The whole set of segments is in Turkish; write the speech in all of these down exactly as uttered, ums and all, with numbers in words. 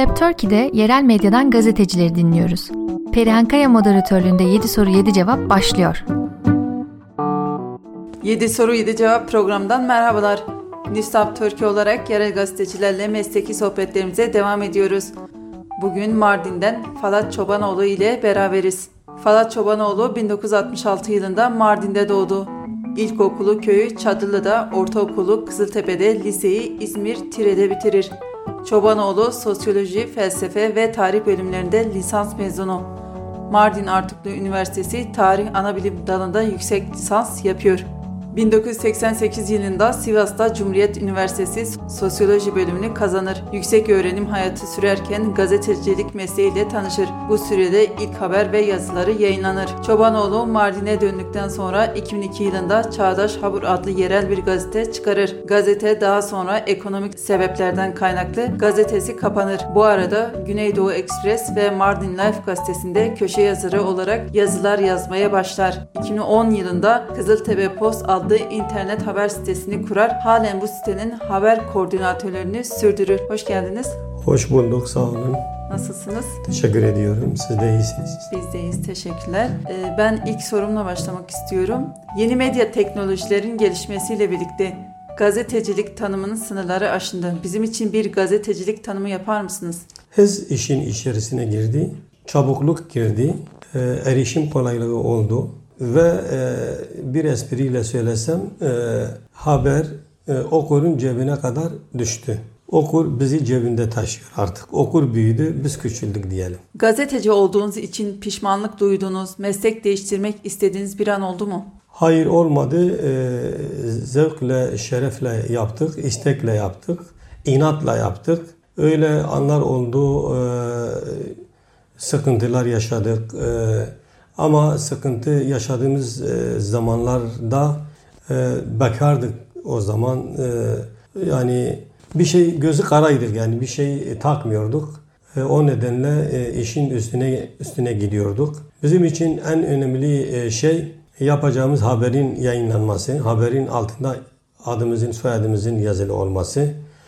Newstab Turkey'de yerel medyadan gazetecileri dinliyoruz. Perihan Kaya moderatörlüğünde yedi soru yedi cevap başlıyor. yedi soru yedi cevap programından merhabalar. Newstab Turkey olarak yerel gazetecilerle mesleki sohbetlerimize devam ediyoruz. Bugün Mardin'den Falat Çobanoğlu ile beraberiz. Falat Çobanoğlu bin dokuz yüz altmış altı yılında Mardin'de doğdu. İlkokulu köyü Çadırlı'da, ortaokulu Kızıltepe'de, liseyi İzmir Tire'de bitirir. Çobanoğlu sosyoloji, felsefe ve tarih bölümlerinde lisans mezunu. Mardin Artuklu Üniversitesi Tarih Anabilim dalında yüksek lisans yapıyor. bin dokuz yüz seksen sekiz yılında Sivas'ta Cumhuriyet Üniversitesi Sosyoloji bölümünü kazanır. Yüksek öğrenim hayatı sürerken gazetecilik mesleğiyle tanışır. Bu sürede ilk haber ve yazıları yayınlanır. Çobanoğlu Mardin'e döndükten sonra iki bin iki yılında Çağdaş Haber adlı yerel bir gazete çıkarır. Gazete daha sonra ekonomik sebeplerden kaynaklı gazetesi kapanır. Bu arada Güneydoğu Ekspres ve Mardin Life gazetesinde köşe yazarı olarak yazılar yazmaya başlar. iki bin on yılında Kızıltepe Post adlı internet haber sitesini kurar. Halen bu sitenin haber koordinatörlüğünü sürdürür. Hoş geldiniz. Hoş bulduk, sağ olun. Nasılsınız? Teşekkür ediyorum. Siz de iyisiniz. Biz de iyiyiz, teşekkürler. Ee, ben ilk sorumla başlamak istiyorum. Yeni medya teknolojilerin gelişmesiyle birlikte gazetecilik tanımının sınırları aşındı. Bizim için bir gazetecilik tanımı yapar mısınız? Hız işin içerisine girdi. Çabukluk girdi. E, erişim kolaylığı oldu. Ve e, bir espriyle söylesem e, haber e, okurun cebine kadar düştü. Okur bizi cebinde taşıyor artık. Okur büyüdü, biz küçüldük diyelim. Gazeteci olduğunuz için pişmanlık duyduğunuz, meslek değiştirmek istediğiniz bir an oldu mu? Hayır, olmadı. E, zevkle, şerefle yaptık, istekle yaptık, inatla yaptık. Öyle anlar oldu, e, sıkıntılar yaşadık. E, Ama sıkıntı yaşadığımız e, zamanlarda e, bekardık o zaman. E, yani bir şey gözü karaydık, yani bir şey takmıyorduk. E, o nedenle e, işin üstüne üstüne gidiyorduk. Bizim için en önemli e, şey yapacağımız haberin yayınlanması, haberin altında adımızın, soyadımızın yazılı olması.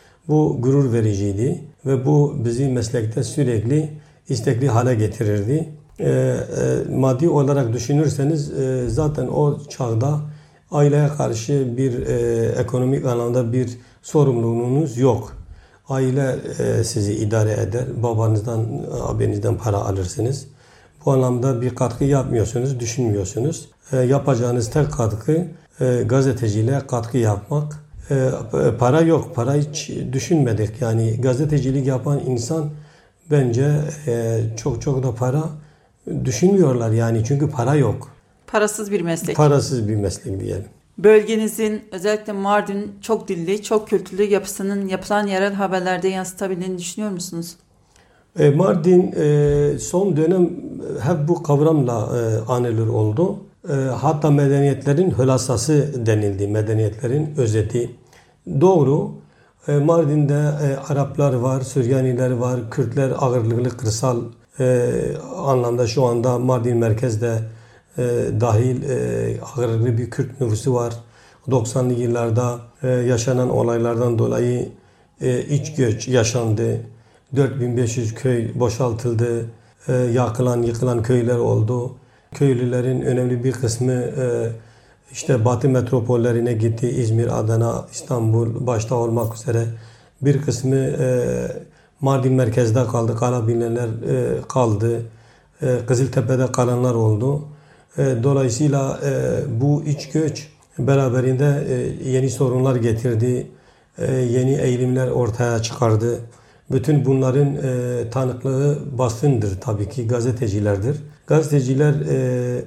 Bu gurur vericiydi ve bu bizi meslekte sürekli istekli hale getirirdi. E, e, maddi olarak düşünürseniz e, zaten o çağda aileye karşı bir e, ekonomik anlamda bir sorumluluğunuz yok. Aile e, sizi idare eder. Babanızdan, abinizden para alırsınız. Bu anlamda bir katkı yapmıyorsunuz, düşünmüyorsunuz. E, yapacağınız tek katkı e, gazeteciliğe katkı yapmak. E, para yok, para hiç düşünmedik. Yani gazetecilik yapan insan bence e, çok çok da para düşünmüyorlar yani, çünkü para yok. Parasız bir meslek. Parasız bir meslek diyelim. Bölgenizin, özellikle Mardin çok dilli, çok kültürlü yapısının yapılan yerel haberlerde yansıtabildiğini düşünüyor musunuz? E, Mardin e, son dönem hep bu kavramla e, anılır oldu. E, hatta medeniyetlerin hülasası denildi, medeniyetlerin özeti. Doğru. E, Mardin'de e, Araplar var, Süryaniler var, Kürtler ağırlıklı kırsal e, anlamda şu anda Mardin merkezde e, dahil e, ağırlıklı bir Kürt nüfusu var. doksanlı yıllarda e, yaşanan olaylardan dolayı e, iç göç yaşandı. dört bin beş yüz köy boşaltıldı. E, yakılan, yıkılan köyler oldu. Köylülerin önemli bir kısmı e, işte Batı metropollerine gitti. İzmir, Adana, İstanbul başta olmak üzere bir kısmı e, Mardin merkezde kaldı. Kalabilenler e, kaldı. E, Kızıltepe'de kalanlar oldu. E, dolayısıyla e, bu iç göç beraberinde e, yeni sorunlar getirdi. E, yeni eğilimler ortaya çıkardı. Bütün bunların e, tanıklığı basındır tabii ki, gazetecilerdir. Gazeteciler e,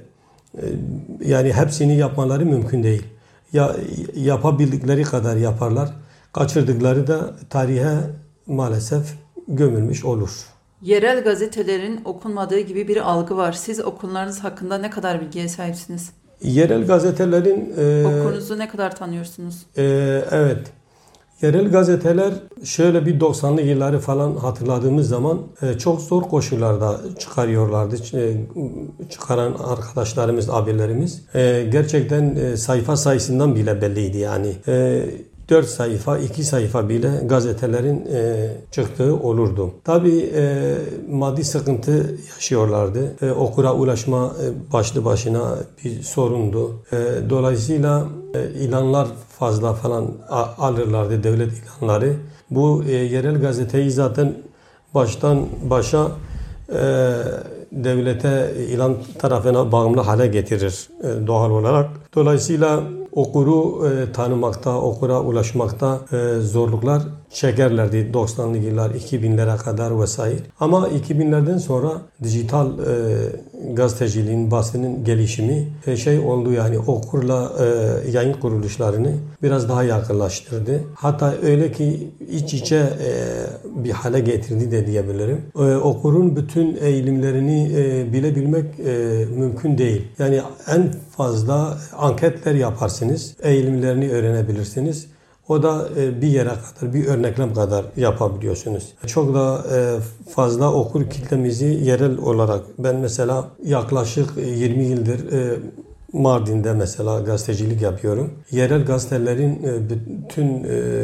e, yani hepsini yapmaları mümkün değil. Ya yapabildikleri kadar yaparlar. Kaçırdıkları da tarihe maalesef gömülmüş olur. Yerel gazetelerin okunmadığı gibi bir algı var. Siz okurlarınız hakkında ne kadar bilgiye sahipsiniz? Yerel gazetelerin... E, Okurunuzu ne kadar tanıyorsunuz? E, evet. Yerel gazeteler şöyle bir doksanlı yılları falan hatırladığımız zaman e, çok zor koşullarda çıkarıyorlardı. E, çıkaran arkadaşlarımız, abilerimiz. E, gerçekten e, sayfa sayısından bile belliydi yani. E, dört sayfa, iki sayfa bile gazetelerin e, çıktığı olurdu. Tabii e, maddi sıkıntı yaşıyorlardı. E, okura ulaşma e, başlı başına bir sorundu. E, dolayısıyla e, ilanlar fazla falan alırlardı, devlet ilanları. Bu e, yerel gazeteyi zaten baştan başa e, devlete ilan tarafına bağımlı hale getirir e, doğal olarak. Dolayısıyla okuru e, tanımakta, okura ulaşmakta e, zorluklar çekerlerdi doksanlı yıllar, iki binlere kadar vesaire. Ama iki binlerden sonra dijital e, gazeteciliğin, basının gelişimi e, şey oldu, yani okurla e, yayın kuruluşlarını biraz daha yakınlaştırdı. Hatta öyle ki iç içe e, bir hale getirdi de diyebilirim. E, okurun bütün eğilimlerini e, bilebilmek e, mümkün değil. Yani en fazla anketler yaparsınız, eğilimlerini öğrenebilirsiniz. O da bir yere kadar, bir örneklem kadar yapabiliyorsunuz. Çok da fazla okur kitlemizi yerel olarak, ben mesela yaklaşık yirmi yıldır Mardin'de mesela gazetecilik yapıyorum. Yerel gazetelerin bütün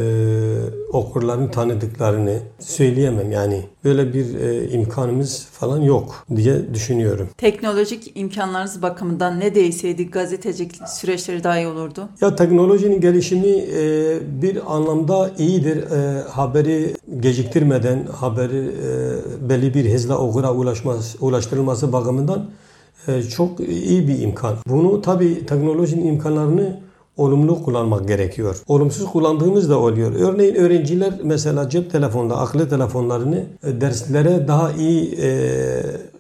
okurların tanıdıklarını söyleyemem, yani böyle bir imkanımız falan yok diye düşünüyorum. Teknolojik imkanlarınız bakımından ne değişseydi gazetecilik süreçleri daha iyi olurdu? Ya teknolojinin gelişimi bir anlamda iyidir. Haberi geciktirmeden, haberi belli bir hızla okura ulaşması, ulaştırılması bakımından çok iyi bir imkan. Bunu tabii teknolojinin imkanlarını olumlu kullanmak gerekiyor. Olumsuz kullandığımız da oluyor. Örneğin öğrenciler mesela cep telefonunda, akıllı telefonlarını derslere daha iyi e,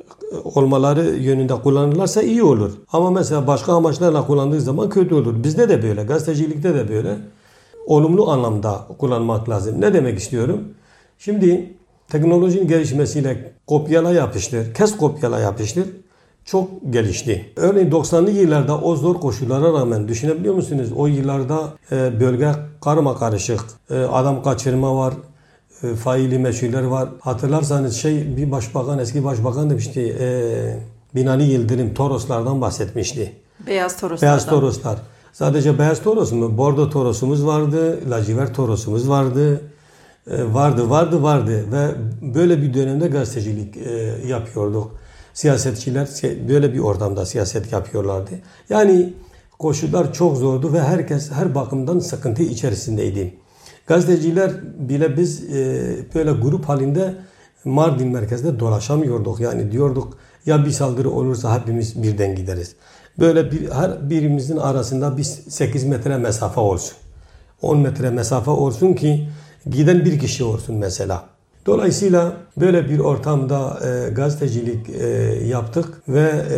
olmaları yönünde kullanırlarsa iyi olur. Ama mesela başka amaçlarla kullandığı zaman kötü olur. Bizde de böyle, gazetecilikte de böyle. Olumlu anlamda kullanmak lazım. Ne demek istiyorum? Şimdi teknolojinin gelişmesiyle kopyala yapıştır, kes kopyala yapıştır çok gelişti. Örneğin doksanlı yıllarda o zor koşullara rağmen düşünebiliyor musunuz? O yıllarda e, bölge karmakarışık, e, adam kaçırma var, e, faili meçhuller var. Hatırlarsanız şey bir başbakan, eski başbakan demişti, e, Binali Yıldırım Toroslardan bahsetmişti. Beyaz Toroslardan. Beyaz Toroslar. Sadece beyaz toros mu? Bordo torosumuz vardı, lacivert torosumuz vardı. E, vardı, vardı, vardı ve böyle bir dönemde gazetecilik e, yapıyorduk. Siyasetçiler böyle bir ortamda siyaset yapıyorlardı. Yani koşullar çok zordu ve herkes her bakımdan sıkıntı içerisindeydi. Gazeteciler bile biz böyle grup halinde Mardin merkezde dolaşamıyorduk. Yani diyorduk ya bir saldırı olursa hepimiz birden gideriz. Böyle bir, her birimizin arasında bir sekiz metre mesafe olsun. on metre mesafe olsun ki giden bir kişi olsun mesela. Dolayısıyla böyle bir ortamda e, gazetecilik e, yaptık ve e,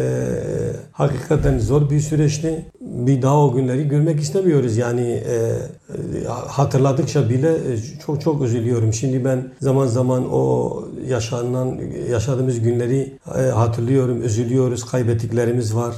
hakikaten zor bir süreçti. Bir daha o günleri görmek istemiyoruz. Yani e, e, hatırladıkça bile e, çok çok üzülüyorum. Şimdi ben zaman zaman o yaşanan yaşadığımız günleri e, hatırlıyorum, üzülüyoruz, kaybettiklerimiz var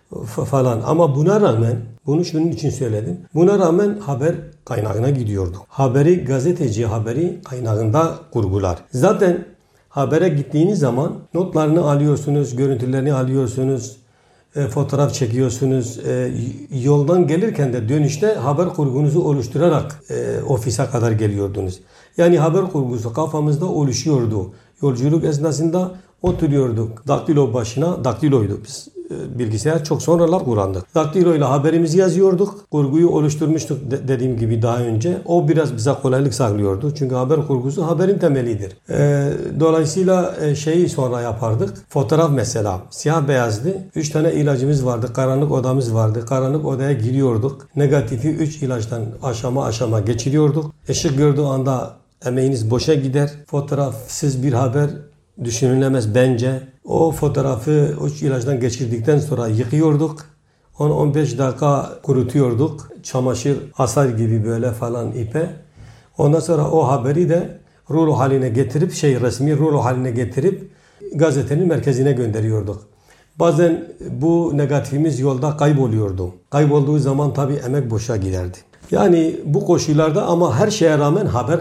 falan. Ama buna rağmen, bunu şunun için söyledim. Buna rağmen haber kaynağına gidiyorduk. Haberi, gazeteci haberi kaynağında kurgular. Zaten habere gittiğiniz zaman notlarını alıyorsunuz, görüntülerini alıyorsunuz, e, fotoğraf çekiyorsunuz. E, yoldan gelirken de dönüşte haber kurgunuzu oluşturarak e, ofise kadar geliyordunuz. Yani haber kurgusu kafamızda oluşuyordu. Yolculuk esnasında oturuyorduk. Daktilo başına, daktiloydu biz. Bilgisayar çok sonralar kullandık. Daktilo ile haberimizi yazıyorduk. Kurguyu oluşturmuştuk de- dediğim gibi daha önce. O biraz bize kolaylık sağlıyordu. Çünkü haber kurgusu haberin temelidir. Ee, dolayısıyla şeyi sonra yapardık. Fotoğraf mesela. Siyah beyazdı. Üç tane ilacımız vardı. Karanlık odamız vardı. Karanlık odaya giriyorduk. Negatifi üç ilaçtan aşama aşama geçiriyorduk. Işık gördüğü anda emeğiniz boşa gider. Fotoğrafsız bir haber düşünülemez bence. O fotoğrafı üç ilaçtan geçirdikten sonra yıkıyorduk. on on beş dakika kurutuyorduk. Çamaşır asar gibi böyle falan ipe. Ondan sonra o haberi de rulo haline getirip şey resmi rulo haline getirip gazetenin merkezine gönderiyorduk. Bazen bu negatifimiz yolda kayboluyordu. Kaybolduğu zaman tabii emek boşa giderdi. Yani bu koşullarda ama her şeye rağmen haber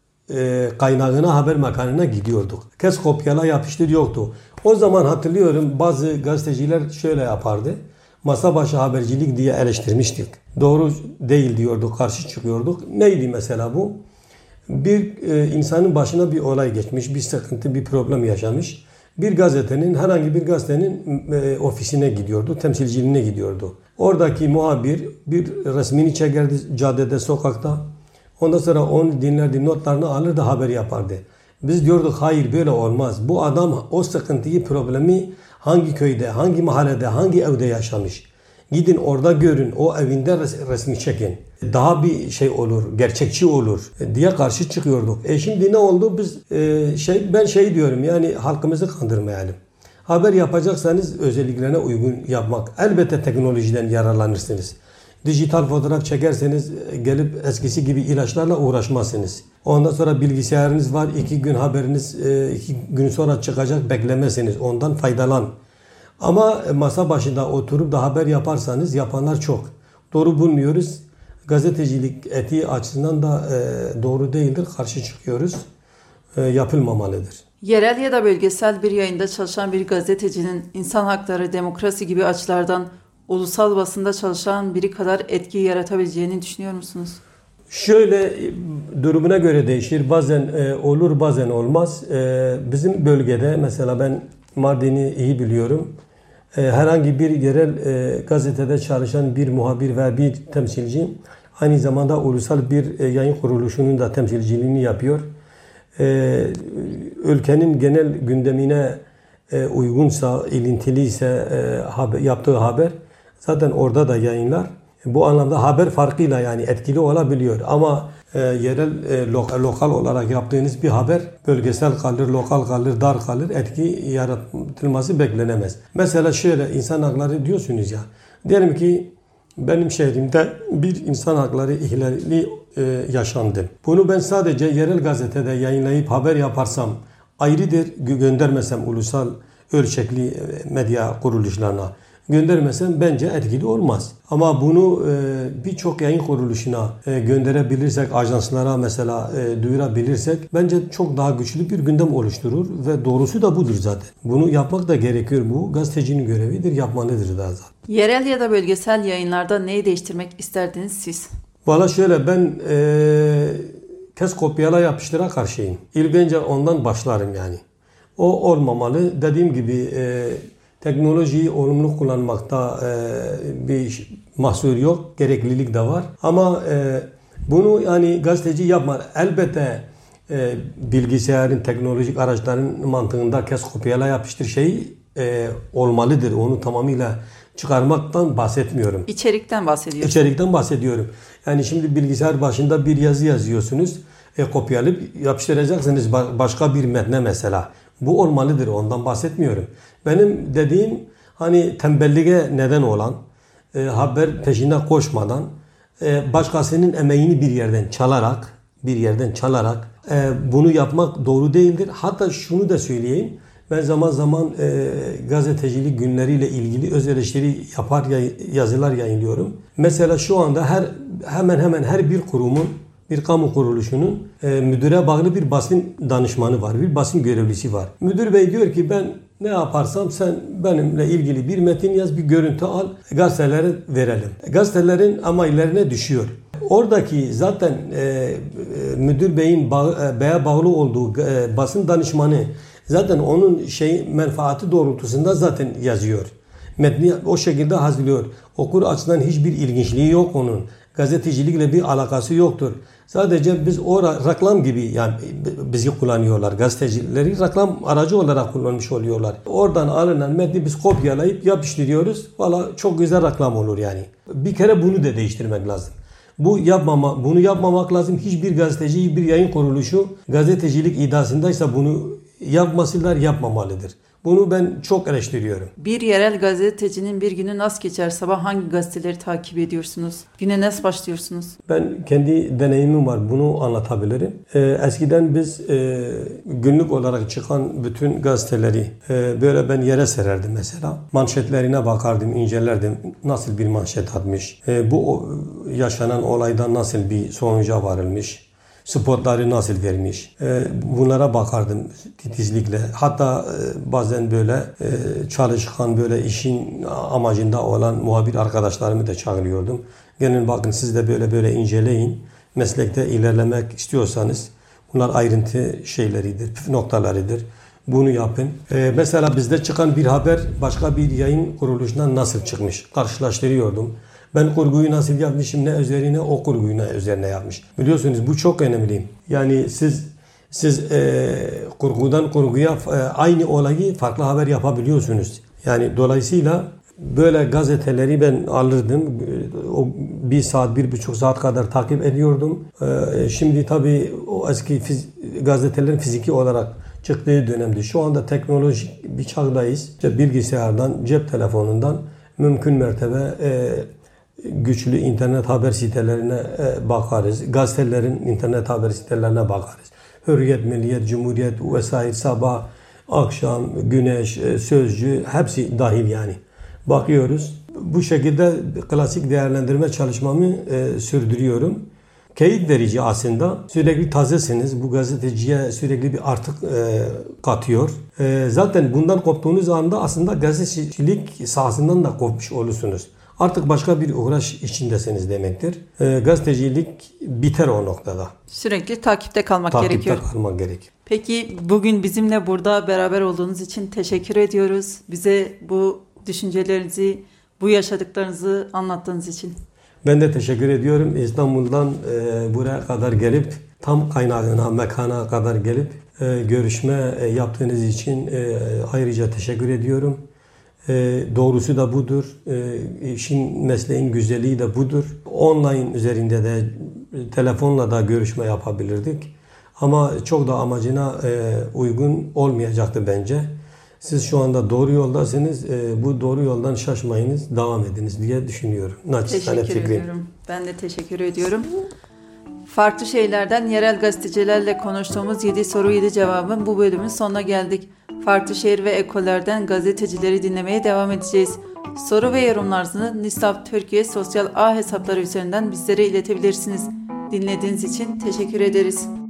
kaynağına, haber makanına gidiyorduk. Kes kopyala yapıştır yoktu. O zaman hatırlıyorum bazı gazeteciler şöyle yapardı. masa başı habercilik diye eleştirmiştik. Doğru değil diyorduk, karşı çıkıyorduk. Neydi mesela bu? Bir e, insanın başına bir olay geçmiş, bir sıkıntı, bir problem yaşamış. Bir gazetenin, herhangi bir gazetenin e, ofisine gidiyordu, temsilciliğine gidiyordu. Oradaki muhabir bir resmini çekerdi caddede, sokakta. Ondan sonra onu dinlerdi, notlarını alırdı, haber yapardı. Biz diyorduk hayır böyle olmaz. Bu adam o sıkıntıyı, problemi hangi köyde, hangi mahallede, hangi evde yaşamış. Gidin orada görün, o evinde resmi çekin. Daha bir şey olur, gerçekçi olur diye karşı çıkıyorduk. E şimdi ne oldu? Biz e, şey ben şey diyorum, yani halkımızı kandırmayalım. Haber yapacaksanız özelliklerine uygun yapmak. Elbette teknolojiden yararlanırsınız. Dijital fotoğraf çekerseniz gelip eskisi gibi ilaçlarla uğraşmazsınız. Ondan sonra bilgisayarınız var, iki gün haberiniz iki gün sonra çıkacak, beklemezsiniz. Ondan faydalan. Ama masa başında oturup da haber yaparsanız yapanlar çok. Doğru bulmuyoruz. Gazetecilik etiği açısından da doğru değildir. Karşı çıkıyoruz. Yapılmamalıdır. Yerel ya da bölgesel bir yayında çalışan bir gazetecinin insan hakları, demokrasi gibi açılardan ulusal basında çalışan biri kadar etki yaratabileceğini düşünüyor musunuz? Şöyle, durumuna göre değişir. Bazen e, olur, bazen olmaz. E, bizim bölgede mesela ben Mardin'i iyi biliyorum. E, herhangi bir yerel e, gazetede çalışan bir muhabir ve bir temsilci aynı zamanda ulusal bir e, yayın kuruluşunun da temsilciliğini yapıyor. E, ülkenin genel gündemine e, uygunsa, ilintiliyse e, haber, yaptığı haber zaten orada da yayınlar. Bu anlamda haber farkıyla yani etkili olabiliyor. Ama e, yerel, e, lokal, lokal olarak yaptığınız bir haber bölgesel kalır, lokal kalır, dar kalır. Etki yaratılması beklenemez. Mesela şöyle, insan hakları diyorsunuz ya. Diyelim ki benim şehrimde bir insan hakları ihlali e, yaşandı. Bunu ben sadece yerel gazetede yayınlayıp haber yaparsam ayrıdır, göndermesem ulusal ölçekli medya kuruluşlarına göndermesem bence etkili olmaz. Ama bunu e, birçok yayın kuruluşuna e, gönderebilirsek, ajanslara mesela e, duyurabilirsek bence çok daha güçlü bir gündem oluşturur ve doğrusu da budur zaten. Bunu yapmak da gerekiyor. Bu gazetecinin görevidir, yapmalıdır da zaten. Yerel ya da bölgesel yayınlarda neyi değiştirmek isterdiniz siz? Valla şöyle, ben e, kes kopyala yapıştıra karşıyım. İlk önce ondan başlarım yani. O olmamalı. Dediğim gibi e, teknolojiyi olumlu kullanmakta e, bir mahsur yok. Gereklilik de var. Ama e, bunu yani gazeteci yapma. Elbette e, bilgisayarın, teknolojik araçların mantığında kes kopyala yapıştır şeyi e, olmalıdır. Onu tamamıyla çıkarmaktan bahsetmiyorum. İçerikten bahsediyorum. İçerikten bahsediyorum. Yani şimdi bilgisayar başında bir yazı yazıyorsunuz. E, kopyalayıp yapıştıracaksınız başka bir metne mesela. Bu olmalıdır. Ondan bahsetmiyorum. Benim dediğim hani tembelliğe neden olan, e, haber peşinden koşmadan, e, başkasının emeğini bir yerden çalarak, bir yerden çalarak e, bunu yapmak doğru değildir. Hatta şunu da söyleyeyim. Ben zaman zaman e, gazetecilik günleriyle ilgili öz eleştiri yapar, yazılar yayınlıyorum. Mesela şu anda her hemen hemen her bir kurumun, bir kamu kuruluşunun e, müdüre bağlı bir basın danışmanı var, bir basın görevlisi var. Müdür bey diyor ki ben ne yaparsam sen benimle ilgili bir metin yaz, bir görüntü al, gazetelere verelim. Gazetelerin amaylarına düşüyor. Oradaki zaten e, müdür beyin bağ, e, beye bağlı olduğu e, basın danışmanı zaten onun şey menfaati doğrultusunda zaten yazıyor. Metni o şekilde hazırlıyor. Okur açısından hiçbir ilginçliği yok onun. Gazetecilikle bir alakası yoktur. Sadece biz o reklam gibi yani bizi kullanıyorlar. Gazetecileri reklam aracı olarak kullanmış oluyorlar. Oradan alınan metni biz kopyalayıp yapıştırıyoruz. Valla çok güzel reklam olur yani. Bir kere bunu da değiştirmek lazım. Bu yapmama, bunu yapmamak lazım. Hiçbir gazeteci, bir yayın kuruluşu gazetecilik iddiasındaysa bunu yapmasınlar, yapmamalıdır. Bunu ben çok eleştiriyorum. Bir yerel gazetecinin bir günü nasıl geçer? Sabah hangi gazeteleri takip ediyorsunuz? Güne nasıl başlıyorsunuz? Ben kendi deneyimim var. Bunu anlatabilirim. Ee, eskiden biz e, günlük olarak çıkan bütün gazeteleri e, böyle ben yere sererdim mesela. Manşetlerine bakardım, incelerdim. Nasıl bir manşet atmış? E, bu yaşanan olaydan nasıl bir sonuca varılmış? spotları nasıl vermiş. E, bunlara bakardım titizlikle. Hatta e, bazen böyle e, çalışkan, böyle işin amacında olan muhabir arkadaşlarımı da çağırıyordum. Gelin bakın siz de böyle böyle inceleyin. Meslekte ilerlemek istiyorsanız bunlar ayrıntı şeyleridir, püf noktalarıdır. Bunu yapın. Ee, mesela bizde çıkan bir haber başka bir yayın kuruluşundan nasıl çıkmış? Karşılaştırıyordum. Ben kurguyu nasıl yapmışım, ne üzerine, o kurguyu ne üzerine yapmış. Biliyorsunuz bu çok önemli. Yani siz siz e, kurgudan kurguya e, aynı olayı farklı haber yapabiliyorsunuz. Yani dolayısıyla böyle gazeteleri ben alırdım. O bir saat, bir buçuk saat kadar takip ediyordum. Ee, şimdi tabii o eski fiz gazetelerin fiziki olarak çıktığı dönemde. Şu anda teknolojik bir çağdayız. İşte bilgisayardan, cep telefonundan mümkün mertebe e, güçlü internet haber sitelerine e, bakarız. Gazetelerin internet haber sitelerine bakarız. Hürriyet, Milliyet, Cumhuriyet vesaire, Sabah, Akşam, Güneş, e, Sözcü hepsi dahil yani. Bakıyoruz. Bu şekilde klasik değerlendirme çalışmamı e, sürdürüyorum. Keyif verici aslında. Sürekli tazesiniz. Bu gazeteciye sürekli bir artık e, katıyor. E, zaten bundan koptuğunuz anda aslında gazetecilik sahasından da kopmuş olursunuz. Artık başka bir uğraş içindesiniz demektir. E, gazetecilik biter o noktada. Sürekli takipte kalmak takipte gerekiyor. Takipte kalmak gerekiyor. Peki bugün bizimle burada beraber olduğunuz için teşekkür ediyoruz. Bize bu düşüncelerinizi, bu yaşadıklarınızı anlattığınız için. Ben de teşekkür ediyorum. İstanbul'dan e, buraya kadar gelip, tam kaynağına, mekana kadar gelip e, görüşme e, yaptığınız için e, ayrıca teşekkür ediyorum. E, doğrusu da budur. E, işin, mesleğin güzelliği de budur. Online üzerinde de telefonla da görüşme yapabilirdik. Ama çok da amacına e, uygun olmayacaktı bence. Siz şu anda doğru yoldasınız. E, bu doğru yoldan şaşmayınız, devam ediniz diye düşünüyorum. Naçizane teşekkür fikrim. ediyorum. Ben de teşekkür ediyorum. Farklı şeylerden yerel gazetecilerle konuştuğumuz yedi soru yedi cevabın bu bölümün sonuna geldik. Farklı şehir ve ekollerden gazetecileri dinlemeye devam edeceğiz. Soru ve yorumlarınızı Nistav Türkiye sosyal ağ hesapları üzerinden bizlere iletebilirsiniz. Dinlediğiniz için teşekkür ederiz.